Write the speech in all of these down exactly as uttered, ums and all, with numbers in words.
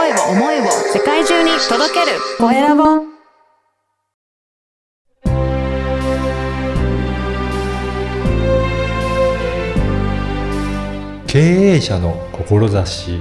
声を思いを世界中に届けるコエラボ。 経営者の志。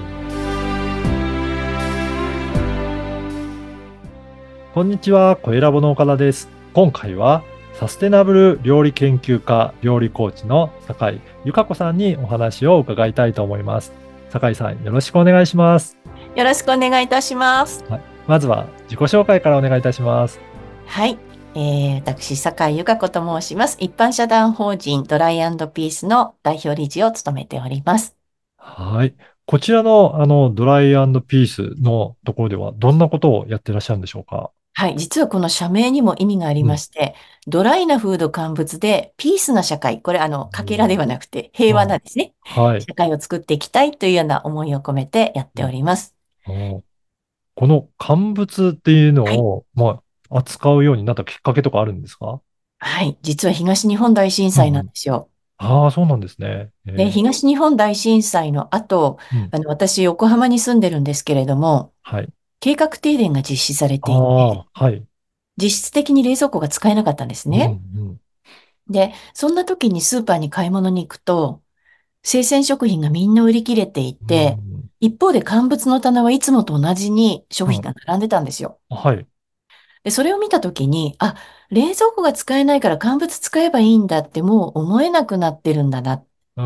こんにちは、コエラボの岡田です。今回はサステナブル料理研究家、料理コーチの酒井由香子さんにお話を伺いたいと思います。酒井さん、よろしくお願いします。 よろしくお願いいたします。 はい、まずは自己紹介からお願いいたします。 はい、えー、私酒井由香子と申します。一般社団法人ドライ&ピースの代表理事を務めております。 はい、こちらのあのドライ&ピースのところではどんなことをやってらっしゃるんでしょうか？ はい、実はこの社名にも意味がありまして、うん、ドライなフード乾物でピースな社会、これあのかけらではなくて平和なんですね、 はい、 社会を作っていきたいというような思いを込めてやっております。 うん、この乾物っていうのを、はい、まあ、扱うようになったきっかけとかあるんですか？ はい、実は東日本大震災なんですよ。 うん、ああ、そうなんですね。 えー、で、東日本大震災の後、うん、あの私横浜に住んでるんですけれども、はい、計画停電が実施されていて、はい、実質的に冷蔵庫が使えなかったんですね。うんうん、で、そんな時にスーパーに買い物に行くと、生鮮食品がみんな売り切れていて、うん、一方で乾物の棚はいつもと同じに商品が並んでたんですよ。うん、はい。で、それを見た時に、あ、冷蔵庫が使えないから乾物使えばいいんだってもう思えなくなってるんだな。うん、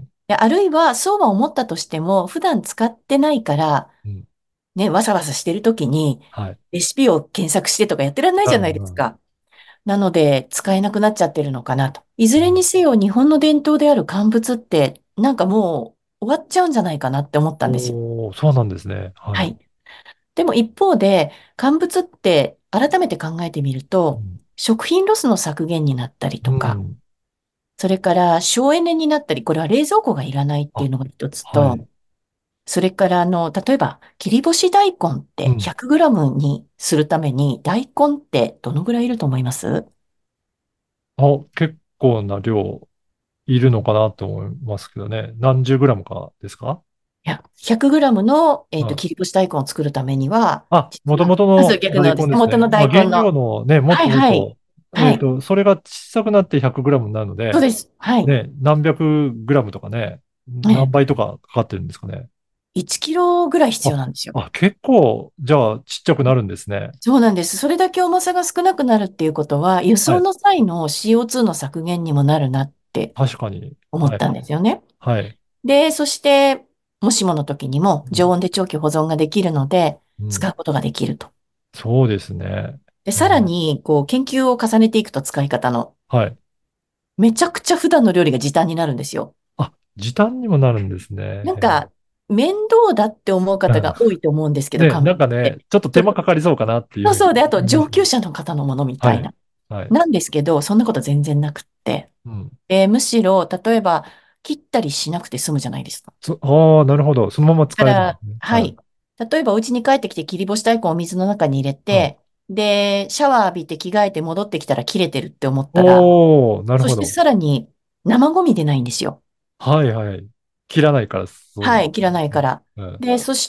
で、あるいはそうは思ったとしても、普段使ってないから、うん、ね、わさわさしてる時に、はい、レシピを検索してとかやってらんないじゃないですか。うんうん、なので、使えなくなっちゃってるのかなと。いずれにせよ、日本の伝統である乾物って、なんかもう終わっちゃうんじゃないかなって思ったんですよ。 おー、そうなんですね。はい。 はい。でも一方で、乾物って改めて考えてみると、うん、食品ロスの削減になったりとか、うん、それから省エネになったり、これは冷蔵庫がいらないっていうのが一つと、はい、それから、あの、例えば、切り干し大根ってひゃくグラムにするために、大根ってどのぐらいいると思います？ あ、結構な量いるのかなと思いますけどね。何十グラムかですか？ いや、ひゃくグラムの、えっと、切り干し大根を作るためには、 あ、もともとまずの逆のです。 大根ですね。 元の大まあ、原根の。 料のね、もっと言うと、 はいはい。はい。 えっと、それが小さくなってひゃくグラムになるので、 そうです。はい。 ね、何百グラムとかね、何ね、 倍とかかかってるんですかね。 いちキロぐらい必要なんですよ。 あ、あ、結構、じゃあ、ちっちゃくなるんですね。 そうなんです。それだけ重さが少なくなるっていうことは、輸はい。 送の際の シーオーツー の削減にもなるなって確かに。はい。 思ったんですよね。 はい。 で、そして、もしもの時にもうん。 常温で長期保存ができるので、 うん、 使うことができると。 そうですね。 で、さらうん、 に、こう、研究を重ねていくと使い方の、 はい。 めちゃくちゃ普段の料理が時短になるんですよ。 あ、時短にもなるんですね。 なんか、面倒だって思ううん。 方が多いと思うんですけど、 ね、 乾なんかね、 物って。 ちょっと手間かかりそうかなっていうふうにそうそうで、あと思いますね。 上級者の方のものみたはい。 いな。 はい。 なんですけど、そんなこと全然なくって。 うん。 で、むしろ、例えば、切ったりしなくて済むじゃないですか。 そ、ああ、なるほど。そのまま使えるんでだから、 すね。はい。 はい。例えば、お家に帰ってきて切り干し大根を水の中に入れはい。 て、で、シャワー浴びて着替えて戻ってきたら切れてるって思ったら、 おー、なるそしてほど。 さらに生ゴミ出ないんですよ。 はいはい。切らないから、そうですはい、切らないかね。 ら。 うん。 で、そして、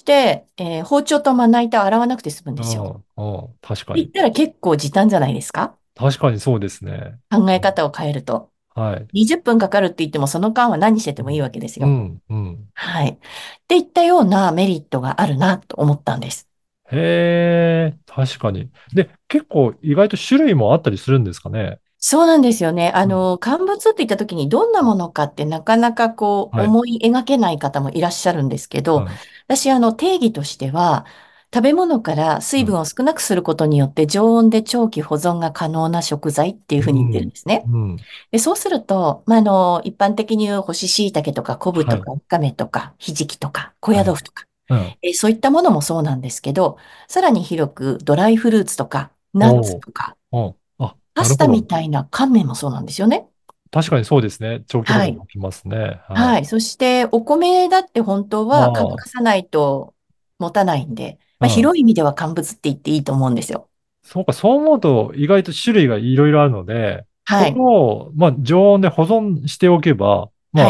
えー包丁とまな板を洗わなくて済むんですよ。ってうん。うん。確かに。 言ったら結構時短じゃないですか？ 確かにそうですね。 考え方を変えると。 はい。 にじゅっぷんかかるって言っても、その間は何しててもいいわけですよ。 うん。うん。 はい。っていったようなメリットがあるなと思ったんです。 へえ、確かに。で、結構意外と種類もあったりするんですかね。 そうなんですよね。あうん。 の、乾物って言った時にどんなものかってなかなかこうはい。 思い描けない方もいらっしゃるんですけど、 はい。 私あの定義としては、食べ物から水うん。 分を少なくすることによって常温で長期保存が可能な食材っていうふうに言ってるんうん。 ですね。 うん。 で、そうすると、まあ、あの、一般的に言う干し椎茸とか昆布はい。 とかわかめとかひじきとか高野はい。 豆腐とか、 うん。 えーそういったものもそうなんですけど、さらに広くドライフルーツとかナッツおー。 とかおー。あ、 パスタみなるほど。 たいな乾麺もそうなんですよね。 確かにそうですね。長期保はい。 存できますね。はい。 はい。そして、お米だって本当は乾あかさないと持たないんで、まあ、 あ、うん。 広い意味では乾物って言っていいと思うんですよ。 そうか、そう思うと意外と種類がいろいろあるので、そはい。 こを、まあ、常温で保存しておけば、まあ、 はい。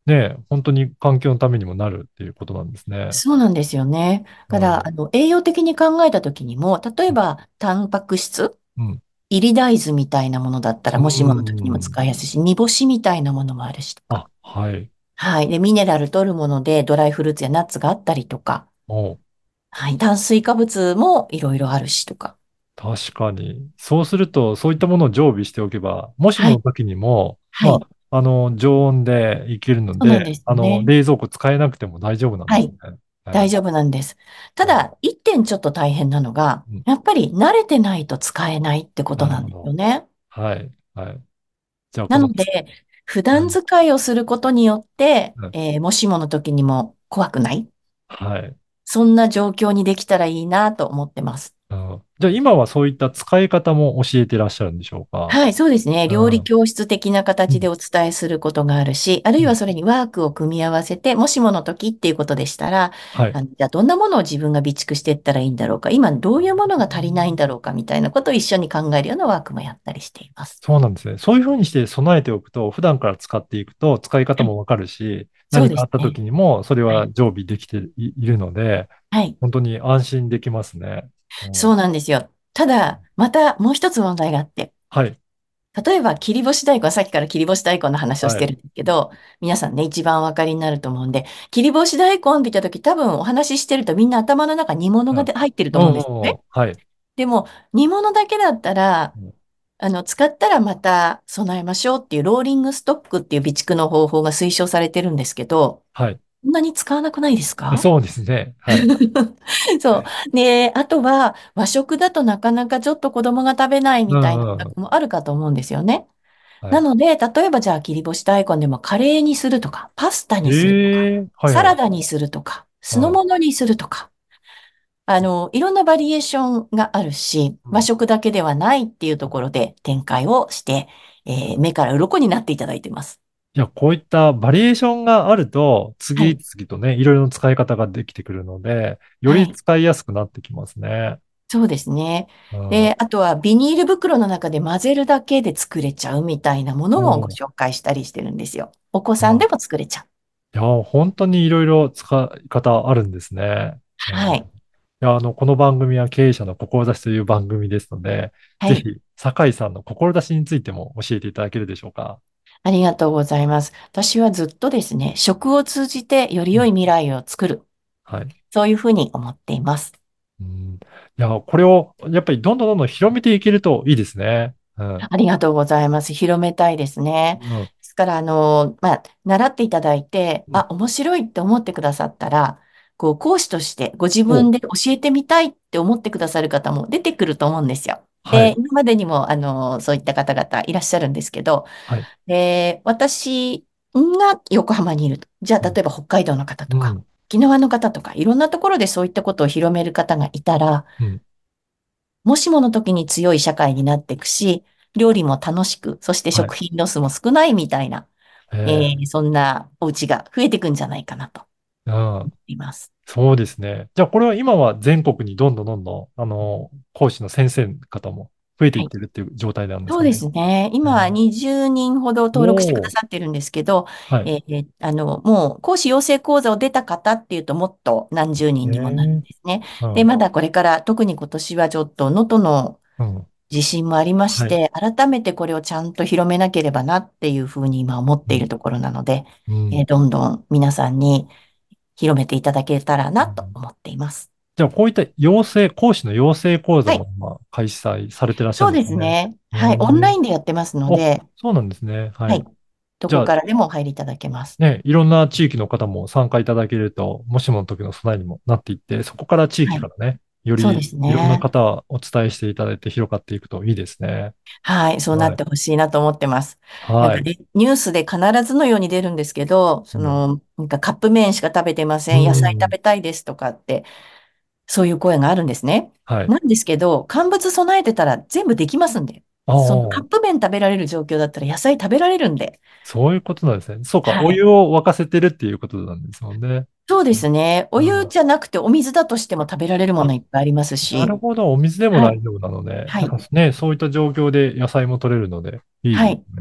ね、本当に環境のためにもなるっていうことなんですね。 そうなんですよね。だから、 うん。 あの、栄養的に考えたときにも、例えば、タンパク質、 うん。 入り大豆みたいなものだったら、 うもしもの時にもん。 使いやすいし、煮干しみたいなものもあるしとか。 あ、はい。 はい。で、ミネラル取るもので、ドライフルーツやナッツがあったりとか。 お、 はい。炭水化物もいろいろあるしとか。 確かに。そうすると、そういったものを常備しておけば、もしはい。 もの時にも、まはい。 あ、あの、常温でいけるので、 そうなんですあの、 ね。 冷蔵庫使えなくても大丈夫なんはい。 ですね。え大丈夫なんです。たえ、 だ、一点ちょっと大変なのが、 うん、 やっぱり慣れてないと使えないってことなんですよなるほど。 ね。 はい。はい。じゃあ、このつ、 なので、普うん、 段使いをすることによって、 うん、 えーもしもの時にも怖くない。 はい。 そんな状況にできたらいいなと思ってます。 うん、じゃあ、今はそういった使い方も教えていらっしゃるんでしょうか？ はい、そうですね。 うん、 料理教室的なうん、 形でお伝えすることがあるし、あるうん、 いはそれにワークを組み合わせて、もしもの時っていうことでしたら、 はい。 あの、じゃあどんなものを自分が備蓄していったらいいんだろうか、今どういうものが足りないんだろうかみたいなことを一緒に考えるようなワークもやったりしています。 そうなんですね。そういうふうにして備えておくと、普段から使っていくと、使い方はい、 もわかるし、 そう何かあったですね。 時にも、それはい。 は常備できてい、いるので、 はい。 本当に安心できますね。うん、 そうなんですよ。ただ、またもう一つ問題があって、 はい。 例えば切り干し大根、さっきから切り干し大根の話をしはい。 てるんですけど、皆さんね、一番お分かりになると思うんで、切り干し大根って言った時、多分お話ししてるとみんな頭の中煮物うん。 がで入ってるとう思うんですよね。 ん。はい。 でも、煮物だけだったら、 うん、 あの、使ったらまた備えましょうっていうローリングストックっていう備蓄の方法が推奨されてるんですけど、 はい。 そんなに使わなくないですか？ そうですね。はい。 そう。で、あとは和食だとなかなかちょっと子供が食べないうみたいなおん。うん。 宅もあるかと思うんですよね。 はい。 なので、例えばじゃあ切り干し大根でもカレーにするとか、パスタにするとか、 ええ、はいサはい。 ラダにするとか、酢のはい。 物にするとか、あの、いろんなバリエーションがあるし、 うん、 和食だけではないっていうところで展開をして、えー目から鱗になっていただいてます。 いや、こういったバリエーションがあると、次はい。 々とね、いろいろな使い方ができてくるので、よはい。 り使いやすくなってきますね。 そうですね。 うん。 で、あとはビニール袋の中で混ぜるだけで作れちゃうみたいなものもごうん。 紹介したりしてるんですよ。お子さんであ、 も作れちゃう。 いや、本当にいろいろ使い方あるんですね。うん。いはい。 や、あの、この番組は経営者の志という番組ですので、 はい。 ぜひ、酒井さんの志についても教えていただけるでしょうか？ ありがとうございます。私はずっとですね、食を通じてよりうん。 良い未来を作る。 はい。 そういうふうに思っています。 うん。いや、これを、やっぱりどんどんどんどん広めていけるといいですね。うん。 ありがとうございます。広めたいですね。 うん。 ですから、あの、まあ、習っていただいて、 うん。 あ、面白いって思ってくださったら、こう、講師としてご自お、 分で教えてみたいって思ってくださる方も出てくると思うんですよ。で、 はい。 今までにも、あの、そういった方々いらっしゃるんですけど、 はい。 で、私が横浜にいると。じゃあ、 うん。 例えば北海道の方とか、 うん。 沖縄の方とか、いろんなところでそういったことを広める方がいたら、 うん。 もしもの時に強い社会になっていくし、料理も楽しく、そしてはい。 食品ロスも少ないみたいな、ええーそんなお家が増えていくんじゃないかなとー、うん。 思っています。 そうですね。じゃあ、これは今は全国にどんどんどんどん、あの、講師の先生方も増えていはい。 ってるっていう状態なんですそうでかね？ すね。 え今、にじゅうにんほど登録してくだおー、 さってるんですけど、 はい。 えーあの、もう講師養成講座を出た方っていうともっと何十人えにもなるんー、 ですね。で、 うん、 まだこれから、特に今年はちょっと能登のうん、 地震もありましはい。 て、改めてこれをちゃんと広めなければなっていうふうに今思っうん、 ているところなので、 うん、 えーどんどん皆さんに広めていただけたらなとうん。 思っています。 じゃあ、こういった養成、講師の養成講座はい。 も今、開催されてらっしゃそうでるんですね。 すね。 えはい。オンラー、 インでやってますのお、 で、 そうなんですね。ははい。 い。 どじゃあ、 こからでもお入りいただけます。 ね、いろんな地域の方も参加いただけると、もしもの時の備えにもなっていって、そこから地はい。 域からね、よそうでりいろんなすね。 方をお伝えしていただいて広がっていくといいですね。 はい。そうなっはい。 てほしいなと思ってます。なんはい。 かね、ニュースで必ずのように出るんですけど、そうん。 の、なんかカップ麺しか食べてませうん。野菜食ん。 べたいですとかって、そういう声があるんですね。 はい。 なんですけど、乾物備えてたら全部できますんで。 あそのカッあ、 プ麺食べられる状況だったら野菜食べられるんで。 そういうことなんですね。そうか、 はい。 お湯を沸かせてるっていうことなんですもんね。 そうですね。お湯うん。 じゃなくてお水だとしても食べられるもあ、 のいっぱいありますし。 なるほど。お水でもはい。 大丈夫なので、 はい。 なんかね、そういった状況で野菜も取れるので、いいですはい。 ね。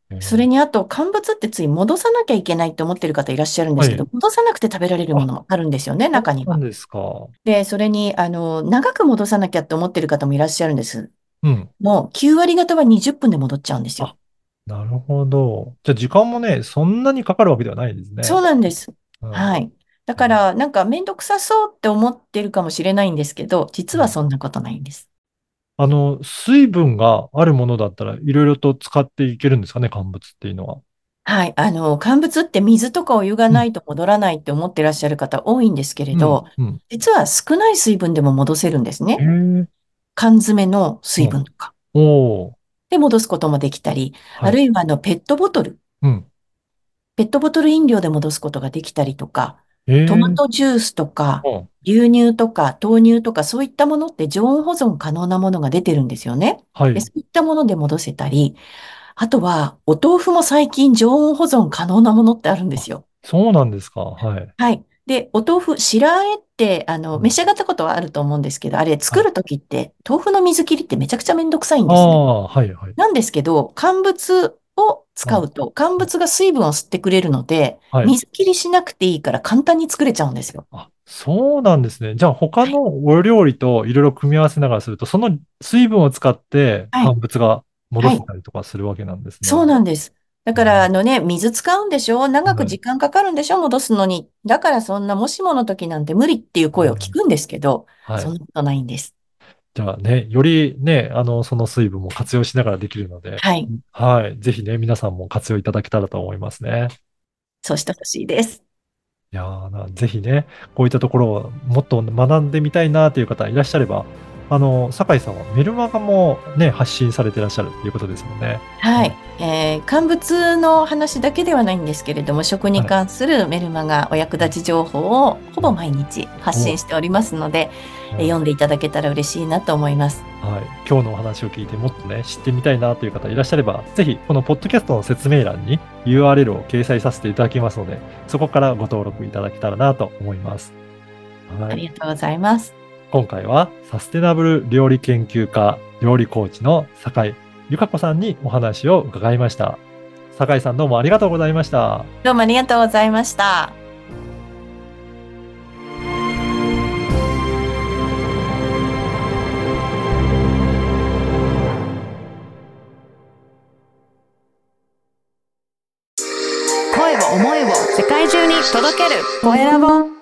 それにあと、乾物ってつい戻さなきゃいけないって思ってる方いらっしゃるんですけど、 はい。 戻さなくて食べられるものもあるんですよね、 そう中には。 なんですか。 で、それに、あの、長く戻さなきゃって思ってる方もいらっしゃるんです。 うん。 もうきゅう割方はにじゅっぷんで戻っちゃうんですよ。 あ、なるほど。じゃあ時間もね、そんなにかかるわけではないですね。 そうなんです。 うん。 はい。だから、なんかめんどくさそうって思ってるかもしれないんですけど、実はうん。 そんなことないんです。 あの、水分があるものだったらいろいろと使っていけるんですかね、乾物っていうのは。 はい。あの、乾物って水とかお湯がうん。 ないと戻らないって思ってらっしゃる方多いんですけれうん。 ど、 うん。 実は少ない水分でも戻せるんですへね。 え。 缶詰のうん。 水分とか。 おー。 で戻すこともできたり、 はい。 あるいはあのペットボトル、 うん。 ペットボトル飲料で戻すことができたりとか、 へえ。 トマトジュースとか、 うん。 牛乳とか豆乳とかそういったものって常温保存可能なものが出てるんですよね。で、 はい。 そういったもので戻せたり、あとはお豆腐も最近常温保存可能なものってあるんであ、 すよ。 そうなんですか。はい。 はい。で、お豆腐、白あえって、あの、 うん。 召し上がったことはあると思うんですけど、あれはい。 作るときって、豆腐の水切りってめちゃくちゃめんどくさいんあですね。 あ、はい、はい。 なんですけど、乾物をうん。 使うと、乾物が水分を吸ってくれるので、 はい。 水切りしなくていいから簡単に作れちゃうんですよ。 あ、そうなんですね。じゃあ他はい。 のお料理といろいろ組み合わせながらすると、その水分を使ってはい。 乾物が戻はい。 せたりとかするわけなんですそうね。 なんです。だから、あのね、水使うんでしょ？長くはい。 時間かかるんでしょ？戻すのに。だからそんなもしもの時なんて無理っていう声を聞うん。 くんですけど、 はい。 そんなことないんです。 じゃあね、よりね、あの、その水分も活用しながらできるので、 はい。 はい。ぜひね、皆さんも活用いただけたらと思いますね。 そうしてほしいです。 いやーな、ぜひね、こういったところをもっと学んでみたいなという方いらっしゃれば、あの、酒井さんはメルマガもね、発信されてらっしゃるということですもんね。 はい。えー乾物の話だけではないんですけれども、食にはい。 関するメルマガ、お役うん。 立ち情報をほぼ毎日発信お、 しておりますので、えーはい。 読んでいただけたら嬉しいなと思います。 はい。今日のお話を聞いてもっとね、知ってみたいなという方いらっしゃれば、ぜひ、このポッドキャストの説明欄に ユーアールエル を掲載させていただきますので、そこからご登録いただけたらなと思います。はい。 ありがとうございます。 今回は、サステナブル料理研究家、料理コーチの酒井由香子さんにお話を伺いました。酒井さんどうもありがとうございました。 どうもありがとうございました。 声を思いを世界中に届けるコエラボ。